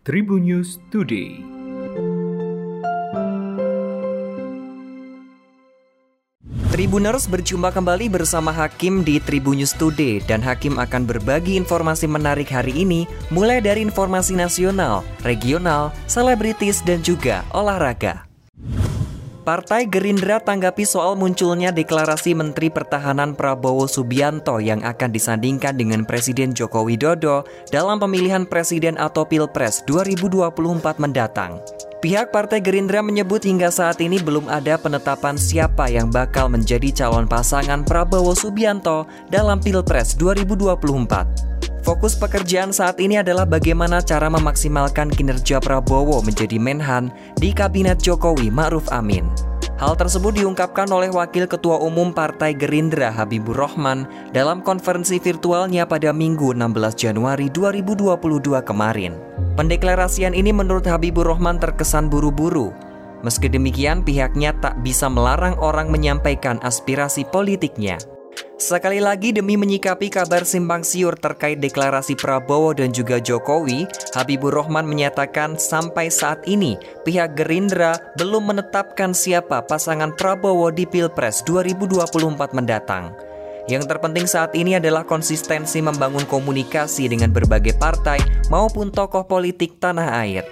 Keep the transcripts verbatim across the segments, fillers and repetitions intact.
Tribun News Today. Tribuners berjumpa kembali bersama Hakim di Tribun News Today, dan Hakim akan berbagi informasi menarik hari ini, mulai dari informasi nasional, regional, selebritis, dan juga olahraga. Partai Gerindra tanggapi soal munculnya deklarasi Menteri Pertahanan Prabowo Subianto yang akan disandingkan dengan Presiden Joko Widodo dalam pemilihan presiden atau Pilpres dua ribu dua puluh empat mendatang. Pihak Partai Gerindra menyebut hingga saat ini belum ada penetapan siapa yang bakal menjadi calon pasangan Prabowo Subianto dalam Pilpres dua ribu dua puluh empat. Fokus pekerjaan saat ini adalah bagaimana cara memaksimalkan kinerja Prabowo menjadi Menhan di Kabinet Jokowi Ma'ruf Amin. Hal tersebut diungkapkan oleh Wakil Ketua Umum Partai Gerindra Habibur Rahman dalam konferensi virtualnya pada Minggu enam belas Januari dua ribu dua puluh dua kemarin. Pendeklarasian ini menurut Habibur Rahman terkesan buru-buru. Meski demikian, pihaknya tak bisa melarang orang menyampaikan aspirasi politiknya. Sekali lagi, demi menyikapi kabar simpang siur terkait deklarasi Prabowo dan juga Jokowi, Habibur Rahman menyatakan sampai saat ini pihak Gerindra belum menetapkan siapa pasangan Prabowo di Pilpres dua ribu dua puluh empat mendatang. Yang terpenting saat ini adalah konsistensi membangun komunikasi dengan berbagai partai maupun tokoh politik tanah air.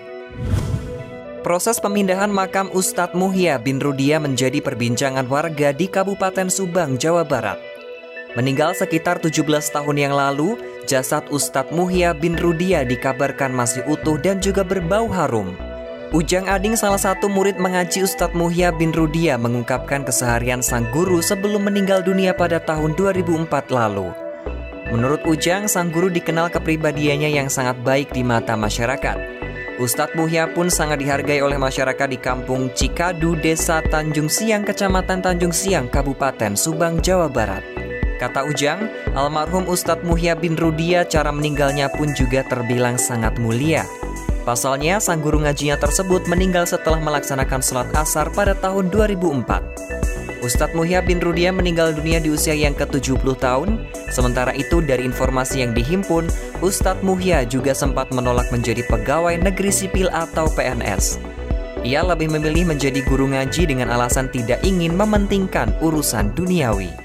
Proses pemindahan makam Ustadz Muhya bin Rudia menjadi perbincangan warga di Kabupaten Subang, Jawa Barat. Meninggal sekitar tujuh belas tahun yang lalu, jasad Ustadz Muhya bin Rudia dikabarkan masih utuh dan juga berbau harum. Ujang Ading, salah satu murid mengaji Ustadz Muhya bin Rudia, mengungkapkan keseharian sang guru sebelum meninggal dunia pada tahun dua ribu empat lalu. Menurut Ujang, sang guru dikenal kepribadiannya yang sangat baik di mata masyarakat. Ustadz Muhya pun sangat dihargai oleh masyarakat di Kampung Cikadu, Desa Tanjung Siang, Kecamatan Tanjung Siang, Kabupaten Subang, Jawa Barat. Kata Ujang, almarhum Ustadz Muhya bin Rudia cara meninggalnya pun juga terbilang sangat mulia. Pasalnya, sang guru ngajinya tersebut meninggal setelah melaksanakan sholat asar pada tahun dua ribu empat. Ustadz Muhya bin Rudia meninggal dunia di usia yang ke tujuh puluh tahun. Sementara itu, dari informasi yang dihimpun, Ustadz Muhya juga sempat menolak menjadi pegawai negeri sipil atau P N S. Ia lebih memilih menjadi guru ngaji dengan alasan tidak ingin mementingkan urusan duniawi.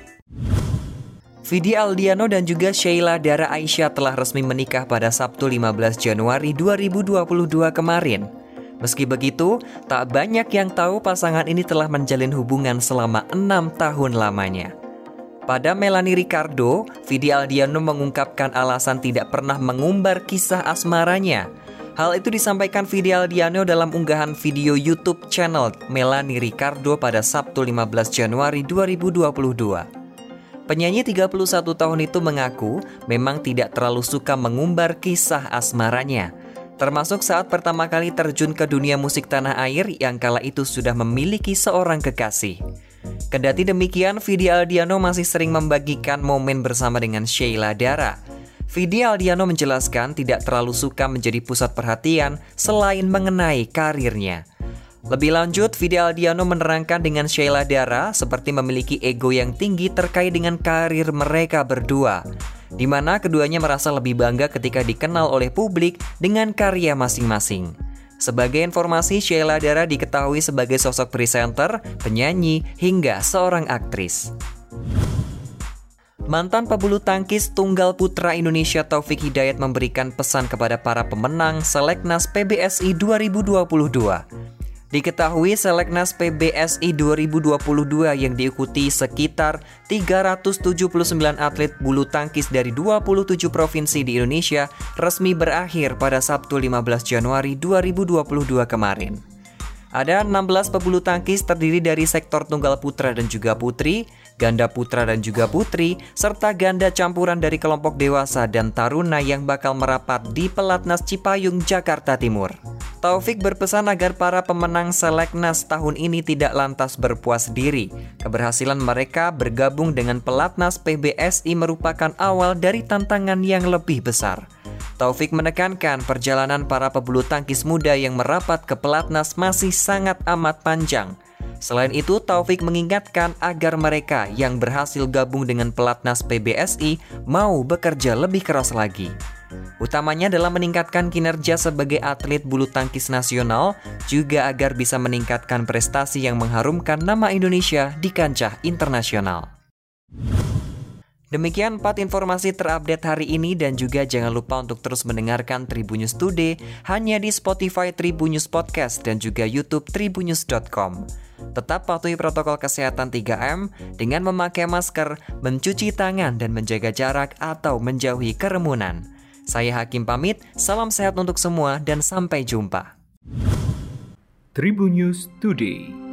Vidi Aldiano dan juga Sheila Dara Aisyah telah resmi menikah pada Sabtu lima belas Januari dua ribu dua puluh dua kemarin. Meski begitu, tak banyak yang tahu pasangan ini telah menjalin hubungan selama enam tahun lamanya. Pada Melanie Ricardo, Vidi Aldiano mengungkapkan alasan tidak pernah mengumbar kisah asmaranya. Hal itu disampaikan Vidi Aldiano dalam unggahan video YouTube channel Melanie Ricardo pada Sabtu lima belas Januari dua ribu dua puluh dua. Penyanyi tiga puluh satu tahun itu mengaku memang tidak terlalu suka mengumbar kisah asmaranya, termasuk saat pertama kali terjun ke dunia musik tanah air yang kala itu sudah memiliki seorang kekasih. Kendati demikian, Vidi Aldiano masih sering membagikan momen bersama dengan Sheila Dara. Vidi Aldiano menjelaskan tidak terlalu suka menjadi pusat perhatian selain mengenai karirnya. Lebih lanjut, Vidi Aldiano menerangkan dengan Sheila Dara seperti memiliki ego yang tinggi terkait dengan karir mereka berdua, di mana keduanya merasa lebih bangga ketika dikenal oleh publik dengan karya masing-masing. Sebagai informasi, Sheila Dara diketahui sebagai sosok presenter, penyanyi, hingga seorang aktris. Mantan pebulu tangkis tunggal putra Indonesia Taufik Hidayat memberikan pesan kepada para pemenang Seleknas P B S I dua ribu dua puluh dua. Diketahui Seleknas P B S I dua ribu dua puluh dua yang diikuti sekitar tiga ratus tujuh puluh sembilan atlet bulu tangkis dari dua puluh tujuh provinsi di Indonesia resmi berakhir pada Sabtu lima belas Januari dua ribu dua puluh dua kemarin. Ada enam belas pebulu tangkis terdiri dari sektor tunggal putra dan juga putri, ganda putra dan juga putri, serta ganda campuran dari kelompok dewasa dan taruna yang bakal merapat di Pelatnas Cipayung, Jakarta Timur. Taufik berpesan agar para pemenang Seleknas tahun ini tidak lantas berpuas diri. Keberhasilan mereka bergabung dengan Pelatnas P B S I merupakan awal dari tantangan yang lebih besar. Taufik menekankan perjalanan para pebulu tangkis muda yang merapat ke Pelatnas masih sangat amat panjang. Selain itu, Taufik mengingatkan agar mereka yang berhasil gabung dengan Pelatnas P B S I mau bekerja lebih keras lagi. Utamanya dalam meningkatkan kinerja sebagai atlet bulu tangkis nasional, juga agar bisa meningkatkan prestasi yang mengharumkan nama Indonesia di kancah internasional. Demikian empat informasi terupdate hari ini dan juga jangan lupa untuk terus mendengarkan Tribun News Today hanya di Spotify Tribun News Podcast dan juga YouTube tribunnews dot com. Tetap patuhi protokol kesehatan tiga M dengan memakai masker, mencuci tangan dan menjaga jarak atau menjauhi kerumunan. Saya Hakim pamit, salam sehat untuk semua dan sampai jumpa. Tribun News Today.